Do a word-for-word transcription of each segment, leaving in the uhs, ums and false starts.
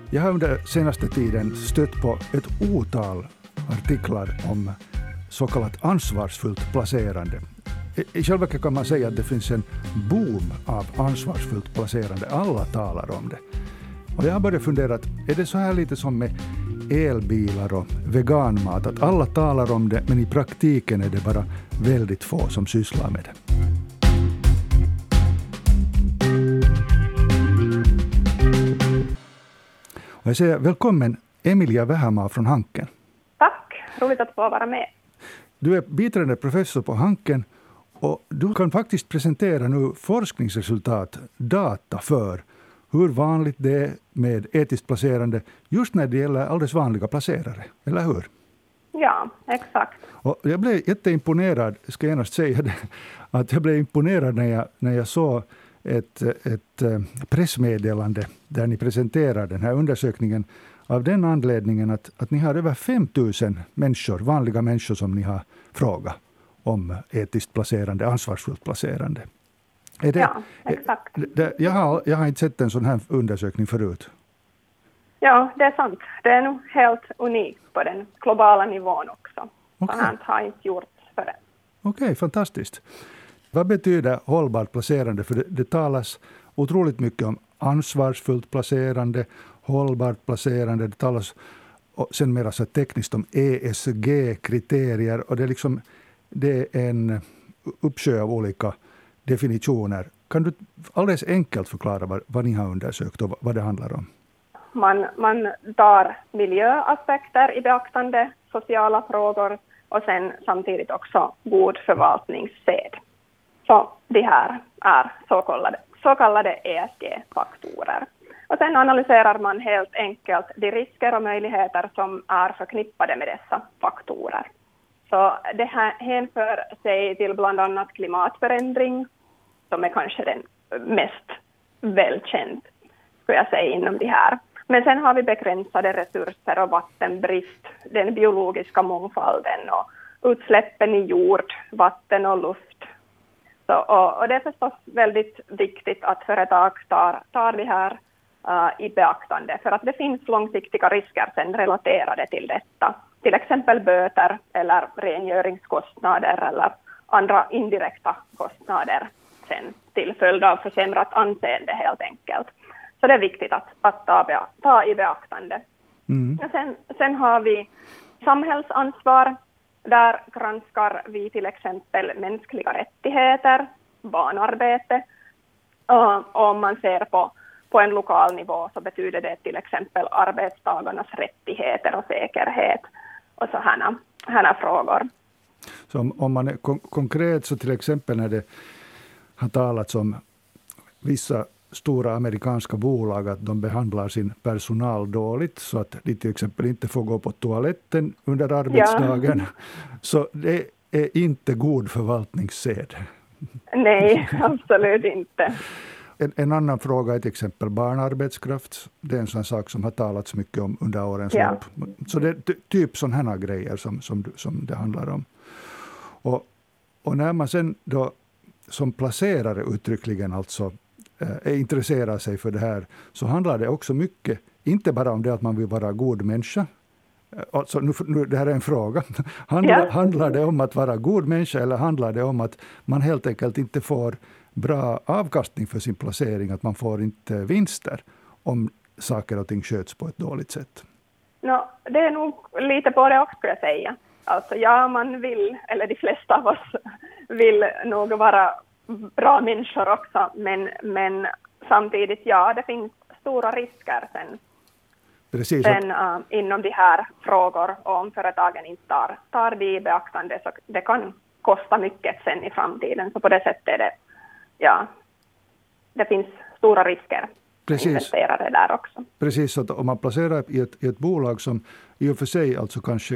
Jag har under senaste tiden stött på ett otal artiklar om så kallat ansvarsfullt placerande. I själva kan man säga att det finns en boom av ansvarsfullt placerande. Alla talar om det. Och jag har börjat fundera, att är det så här lite som med elbilar och veganmat, att alla talar om det men i praktiken är det bara väldigt få som sysslar med det. Och jag säger välkommen Emilia Vähämaa från Hanken. Tack, roligt att få vara med. Du är biträdande professor på Hanken och du kan faktiskt presentera nu forskningsresultat, data för hur vanligt det är med etiskt placerande just när det gäller alldeles vanliga placerare, eller hur? Ja, exakt. Och jag blev jätteimponerad, ska jag genast säga det, att jag blev imponerad när jag, när jag såg ett, ett pressmeddelande där ni presenterar den här undersökningen av den anledningen att, att ni har över fem tusen människor, vanliga människor som ni har frågat om etiskt placerande, ansvarsfullt placerande. Är det, ja, exakt. Det, jag, har, jag har inte sett en sån här undersökning förut. Ja, det är sant. Det är nog helt unikt på den globala nivån också. Okay. Så här har inte gjorts förrän. Okej, okay, fantastiskt. Vad betyder hållbart placerande? För det, det talas otroligt mycket om ansvarsfullt placerande, hållbart placerande. Det talas sen mer så tekniskt om E S G-kriterier. Och det är, liksom, det är en uppsjö av olika definitioner. Kan du alldeles enkelt förklara vad, vad ni har undersökt och vad det handlar om? Man, man tar miljöaspekter i beaktande, sociala frågor och sen samtidigt också god förvaltningssed. Så det här är så kallade, så kallade E S G-faktorer. Och sen analyserar man helt enkelt de risker och möjligheter som är förknippade med dessa faktorer. Så det här hänför sig till bland annat klimatförändring, som är kanske den mest välkänd, skulle jag säga, inom det här. Men sen har vi begränsade resurser och vattenbrist, den biologiska mångfalden och utsläppen i jord, vatten och luft. Så, och, och det är förstås väldigt viktigt att företag tar, tar det här uh, i beaktande, för att det finns långsiktiga risker sen relaterade till detta. Till exempel böter eller rengöringskostnader eller andra indirekta kostnader sen till följd av försämrat anseende helt enkelt. Så det är viktigt att, att ta, ta i beaktande. Mm. Sen, sen har vi samhällsansvar. Där granskar vi till exempel mänskliga rättigheter, barnarbete. Och om man ser på, på en lokal nivå så betyder det till exempel arbetstagarnas rättigheter och säkerhet och så här, här frågor. Så om, om man är kon- konkret så till exempel när det har talats om vissa stora amerikanska bolag att de behandlar sin personal dåligt så att de till exempel inte får gå på toaletten under arbetsdagen. Ja. Så det är inte god förvaltningssed. Nej, absolut inte. En, en annan fråga är till exempel barnarbetskraft. Det är en sån sak som har talats mycket om under årens ja. lopp. Så det är typ sådana här grejer som, som, som det handlar om. Och, och när man sen då som placerare uttryckligen alltså är intresserar sig för det här, så handlar det också mycket, inte bara om det att man vill vara god människa. Alltså, nu, nu, det här är en fråga. Handlar, ja. handlar det om att vara god människa eller handlar det om att man helt enkelt inte får bra avkastning för sin placering, att man får inte vinster om saker och ting sköts på ett dåligt sätt? No, det är nog lite på det också, skulle jag säga. Alltså, ja, man vill, eller de flesta av oss vill nog vara bra människor också, men, men samtidigt, ja, det finns stora risker sen, Precis. sen uh, inom de här frågor, och om företagen inte tar, tar det i beaktande så det kan kosta mycket sen i framtiden. Så på det sättet är det, ja, det finns stora risker. Precis. Investerare där också. Precis, så att om man placerar i ett, i ett bolag som i och för sig alltså kanske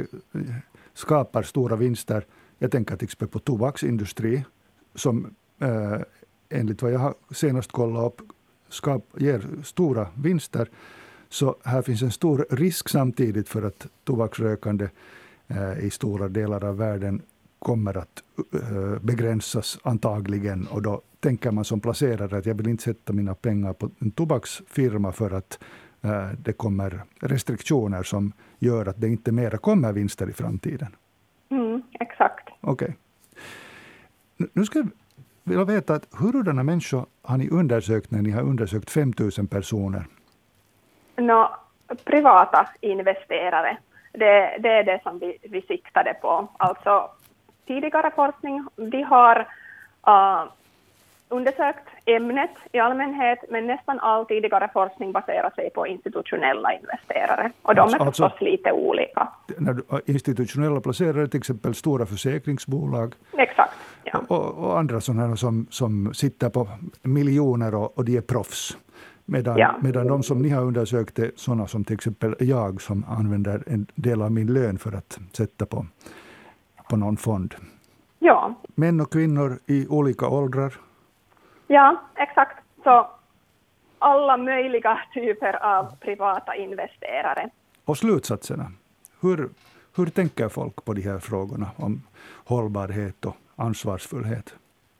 skapar stora vinster, jag tänker till exempel på tobaksindustri som Uh, enligt vad jag har senast kollat upp skap, ger stora vinster, så här finns en stor risk samtidigt för att tobaksrökande uh, i stora delar av världen kommer att uh, begränsas antagligen, och då tänker man som placerare att jag vill inte sätta mina pengar på en tobaksfirma för att äh, det kommer restriktioner som gör att det inte mera kommer vinster i framtiden. Mm, exakt. Okej. Okay. Nu ska jag vilja veta att hurdana människor har ni undersökt när ni har undersökt fem tusen personer? Nå, privata investerare. Det, det är det som vi, vi siktade på. Alltså tidigare forskning, vi har uh, undersökt ämnet i allmänhet, men nästan all tidigare forskning baserar sig på institutionella investerare. Och de alltså, är förstås alltså, lite olika. När du, institutionella placerare, till exempel stora försäkringsbolag. Exakt. Ja. Och, och andra sådana som, som sitter på miljoner och, och de är proffs. Medan, ja. medan de som ni har undersökt är sådana som till exempel jag som använder en del av min lön för att sätta på, på någon fond. Ja. Män och kvinnor i olika åldrar. Ja, exakt. Så alla möjliga typer av privata investerare. Och slutsatserna. Hur, hur tänker folk på de här frågorna om hållbarhet och ansvarsfullhet?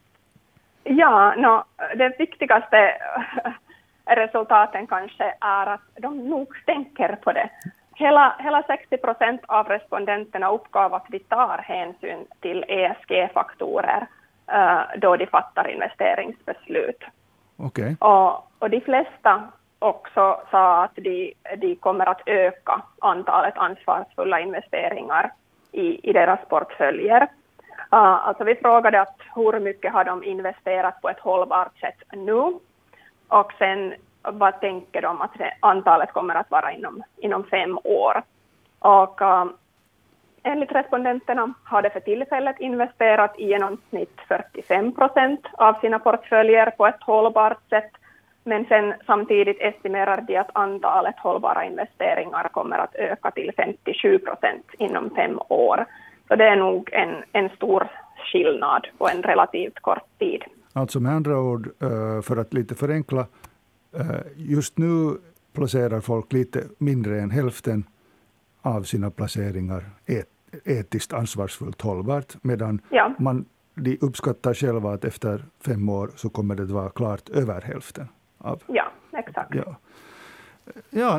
Ja, no, det viktigaste resultaten kanske är att de nog tänker på det. Hela, hela sextio procent av respondenterna uppgav att vi tar hänsyn till E S G-faktorer uh, då de fattar investeringsbeslut. Okay. Och, och de flesta också sa att de, de kommer att öka antalet ansvarsfulla investeringar i, i deras portföljer. Uh, alltså vi frågade att hur mycket har de investerat på ett hållbart sätt nu? Och sen vad tänker de att det, antalet kommer att vara inom, inom fem år? Och uh, enligt respondenterna har de för tillfället investerat i genomsnitt fyrtiofem procent av sina portföljer på ett hållbart sätt. Men sen samtidigt estimerar de att antalet hållbara investeringar kommer att öka till femtiosju procent inom fem år. Så det är nog en, en stor skillnad på en relativt kort tid. Alltså med andra ord, för att lite förenkla, just nu placerar folk lite mindre än hälften av sina placeringar et, etiskt ansvarsfullt hållbart, medan ja. man, de uppskattar själva att efter fem år så kommer det att vara klart över hälften. Av. Ja, exakt. Ja. Ja,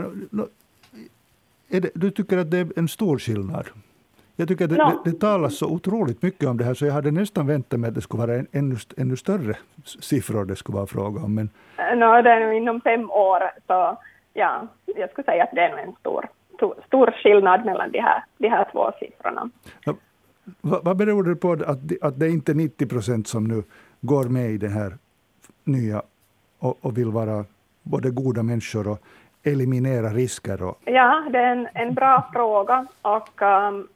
är det, du tycker att det är en stor skillnad? Jag tycker att det, no. det, det talas så otroligt mycket om det här, så jag hade nästan väntat mig att det skulle vara en ännu, ännu större siffror det skulle vara fråga om. Men... No, det är nu inom fem år, så ja, jag skulle säga att det är nog en stor, stor, stor skillnad mellan de här, de här två siffrorna. Ja, vad, vad beror det på att, att det inte är nittio procent som nu går med i det här nya och, och vill vara både goda människor och eliminera risker? Och... Ja, det är en, en bra fråga, och um,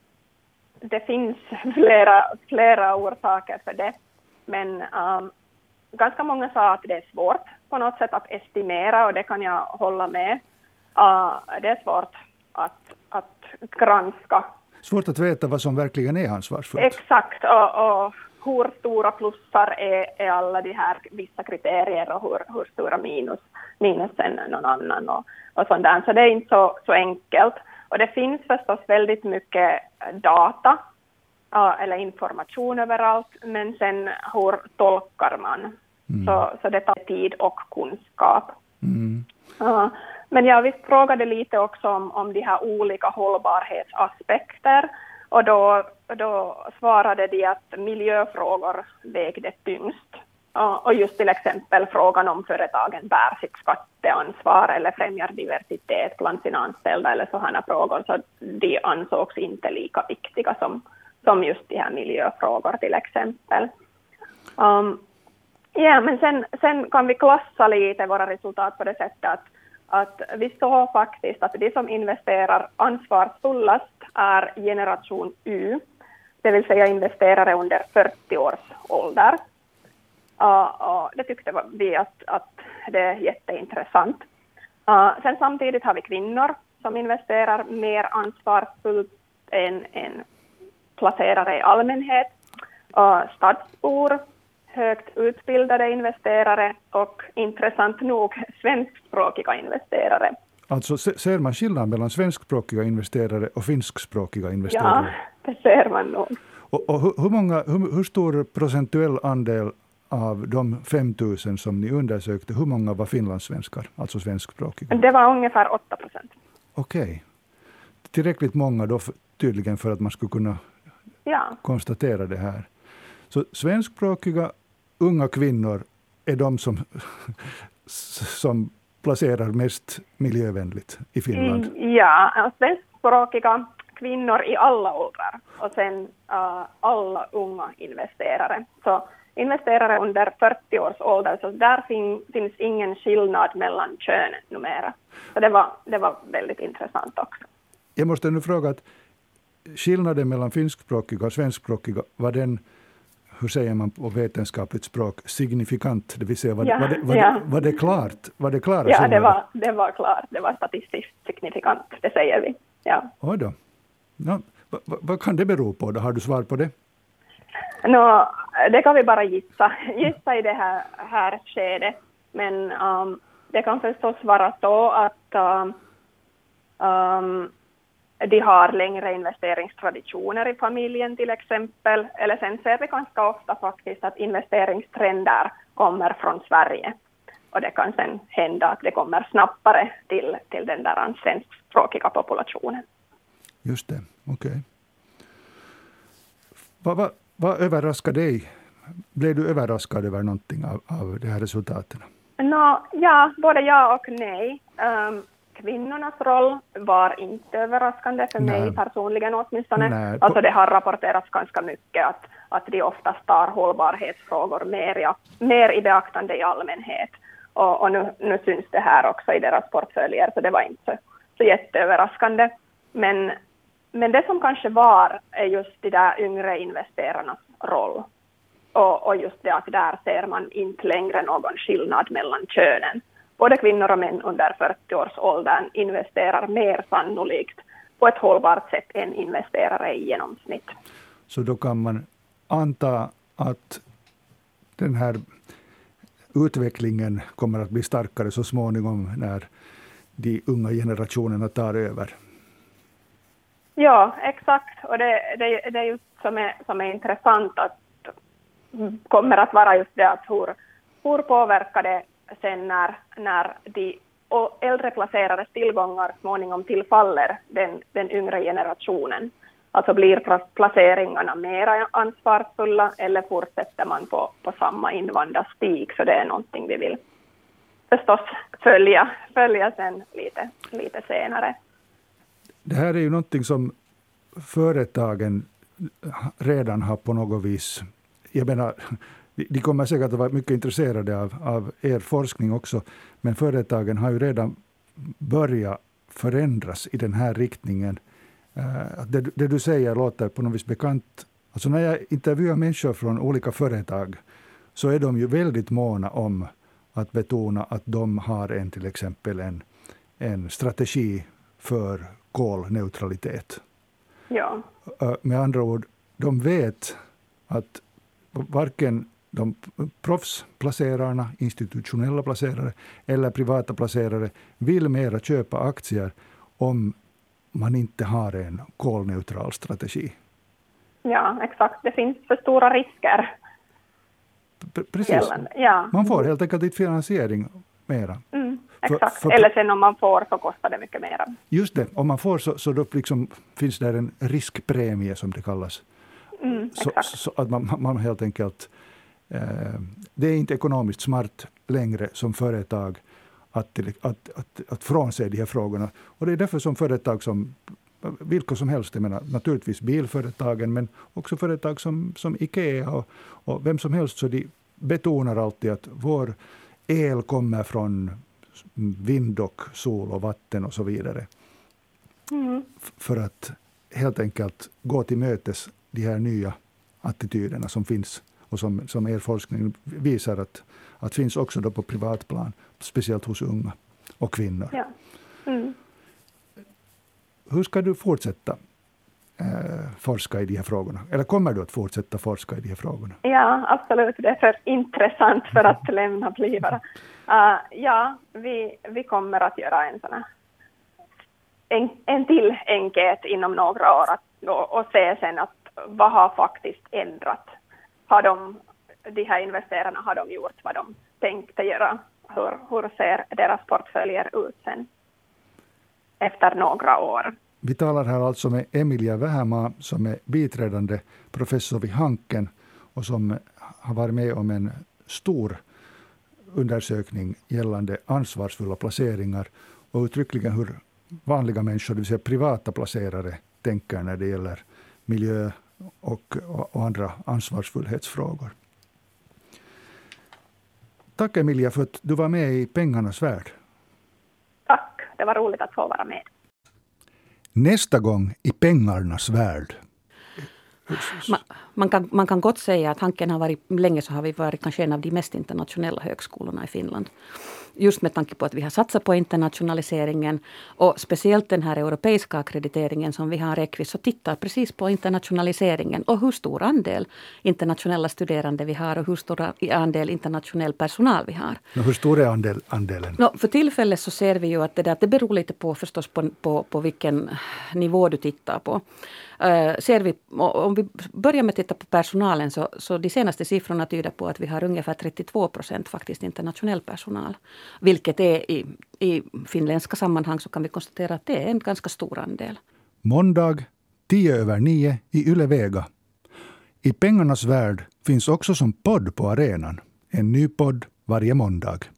det finns flera, flera orsaker för det, men um, ganska många sa att det är svårt på något sätt att estimera, och det kan jag hålla med. Uh, det är svårt att, att granska. Svårt att veta vad som verkligen är ansvarsfullt. Exakt, och, och hur stora plussar är, är alla de här vissa kriterier, och hur, hur stora minus, minus än någon annan och, och sånt där. Så det är inte så, så enkelt. Och det finns förstås väldigt mycket data uh, eller information överallt, men sen hur tolkar man? Mm. Så, så det tar tid och kunskap. Mm. Uh, men jag visst frågade lite också om, om de här olika hållbarhetsaspekter, och då, då svarade de att miljöfrågor vägde tyngst. Uh, och just till exempel frågan om företagen bär sitt skatteansvar eller främjar diversitet bland sina anställda eller sådana frågor, så de ansågs inte lika viktiga som, som just de här miljöfrågor till exempel. Um, ja, men sen, sen kan vi klassa lite våra resultat på det sättet att, att vi såg faktiskt att de som investerar ansvarsfullast är generation U, det vill säga investerare under fyrtio års ålder. Uh, och det tyckte vi att, att det är jätteintressant. Uh, sen samtidigt har vi kvinnor som investerar mer ansvarsfullt än, än placerare i allmänhet. Uh, stadsbor, högt utbildade investerare och intressant nog svenskspråkiga investerare. Alltså ser man skillnad mellan svenskspråkiga investerare och finskspråkiga investerare? Ja, det ser man nog. Och, och hur, många, hur, hur stor procentuell andel av de fem tusen som ni undersökte, hur många var finlandssvenskar, alltså svenskspråkiga? Det var ungefär åtta procent. Okej. Okay. Tillräckligt många då för, tydligen för att man skulle kunna ja. konstatera det här. Så svenskspråkiga unga kvinnor är de som, som placerar mest miljövänligt i Finland? Ja, svenskspråkiga kvinnor i alla åldrar och sen uh, alla unga investerare. Så investerare under fyrtio års ålder, så där fin, finns ingen skillnad mellan könen numera. Så det var, det var väldigt intressant också. Jag måste nu fråga att skillnaden mellan finskspråkiga och svenskspråkiga, var den, hur säger man på vetenskapligt språk, signifikant? Det vill säga, var, ja, var, det, var, ja. det, var det klart? Var det klara ja, det var, det var klart. Det var statistiskt signifikant, det säger vi. Ja. Oj då. Ja, vad, vad kan det bero på? Då? Har du svar på det? No, det kan vi bara gissa, gissa i det här, här skedet. Men um, det kan förstås vara så att um, um, de har längre investeringstraditioner i familjen till exempel. Eller sen ser vi ganska ofta faktiskt att investeringstrender kommer från Sverige. Och det kan sen hända att det kommer snabbare till, till den där svenskspråkiga populationen. Just det, okej. Okay. Vad, vad, vad överraskar dig? Blev du överraskad över någonting av, av de här resultaten? No, ja, både ja och nej. Um, kvinnornas roll var inte överraskande för nej. mig personligen åtminstone. Nej. Alltså det har rapporterats ganska mycket att, att de oftast tar hållbarhetsfrågor mer, ja, mer i beaktande i allmänhet. Och, och nu, nu syns det här också i deras portföljer, så det var inte så, så jätteöverraskande. Men, men det som kanske var är just de där yngre investerarnas roll. Och, och just det att där ser man inte längre någon skillnad mellan könen. Både kvinnor och män under fyrtio års åldern investerar mer sannolikt på ett hållbart sätt än investerare i genomsnitt. Så då kan man anta att den här utvecklingen kommer att bli starkare så småningom när de unga generationerna tar över? Ja, exakt. Och det, det, det är just som är, som är intressant att kommer att vara just det att hur, hur påverkar det sen när, när de äldre placerades tillgångar småningom tillfaller den, den yngre generationen. Alltså blir placeringarna mer ansvarsfulla eller fortsätter man på, på samma invandrarstig, så det är någonting vi vill förstås följa, följa sen lite, lite senare. Det här är ju någonting som företagen redan har på något vis, jag menar, de kommer säkert att vara mycket intresserade av, av er forskning också, men företagen har ju redan börjat förändras i den här riktningen. Uh, det, det du säger låter på något vis bekant. Alltså när jag intervjuar människor från olika företag så är de ju väldigt måna om att betona att de har en, till exempel en, en strategi för kolneutralitet. Ja. Uh, med andra ord, de vet att varken de proffsplacerarna, institutionella placerare eller privata placerare vill mera köpa aktier om man inte har en kolneutral strategi. Ja, exakt. Det finns för stora risker. P- precis. Ja. Man får helt enkelt inte finansiering mera. Mm, exakt. För, för, eller sen om man får så kostar det mycket mera. Just det. Om man får så, så då liksom finns där en riskpremie som det kallas. Mm, så, så att man, man helt enkelt eh, det är inte ekonomiskt smart längre som företag att, att, att, att frånse de här frågorna. Och det är därför som företag som vilka som helst, jag menar, naturligtvis bilföretagen men också företag som, som Ikea och, och vem som helst, så de betonar alltid att vår el kommer från vind och sol och vatten och så vidare. Mm. F- för att helt enkelt gå till mötes de här nya attityderna som finns och som, som er forskning visar att, att finns också då på privatplan, speciellt hos unga och kvinnor. Ja. Mm. Hur ska du fortsätta eh, forska i de här frågorna? Eller kommer du att fortsätta forska i de här frågorna? Ja, absolut. Det är för intressant för att lämna bli bara. Uh, ja, vi, vi kommer att göra en sån här, en, en till enkät inom några år att, och, och se sen att vad har faktiskt ändrat. Har de de här investerarna har de gjort vad de tänkte göra. Hur, hur ser deras portföljer ut sen efter några år? Vi talar här alltså med Emilia Vähämaa som är biträdande professor vid Hanken och som har varit med om en stor undersökning gällande ansvarsfulla placeringar och uttryckligen hur vanliga människor, det vill säga privata placerare, tänker när det gäller miljö och, och andra ansvarsfullhetsfrågor. Tack Emilia för att du var med i Pengarnas värld. Tack, det var roligt att få vara med. Nästa gång i Pengarnas värld. Man, man, kan, man kan gott säga att Hanken har varit, länge så har vi varit kanske en av de mest internationella högskolorna i Finland. Just med tanke på att vi har satsat på internationaliseringen och speciellt den här europeiska akkrediteringen som vi har Rekvis så tittar precis på internationaliseringen och hur stor andel internationella studerande vi har och hur stor andel internationell personal vi har. Men hur stor är andel, andelen? No, för tillfället så ser vi ju att det, där, det beror lite på förstås på, på, på vilken nivå du tittar på. Uh, ser vi, om vi börjar med att titta på personalen så, så de senaste siffrorna tyder på att vi har ungefär trettiotvå procent faktiskt internationell personal. Vilket är i, i finländska sammanhang så kan vi konstatera att det är en ganska stor andel. Måndag tio över nio i Yle Vega. I Pengarnas värld finns också som podd på arenan. En ny podd varje måndag.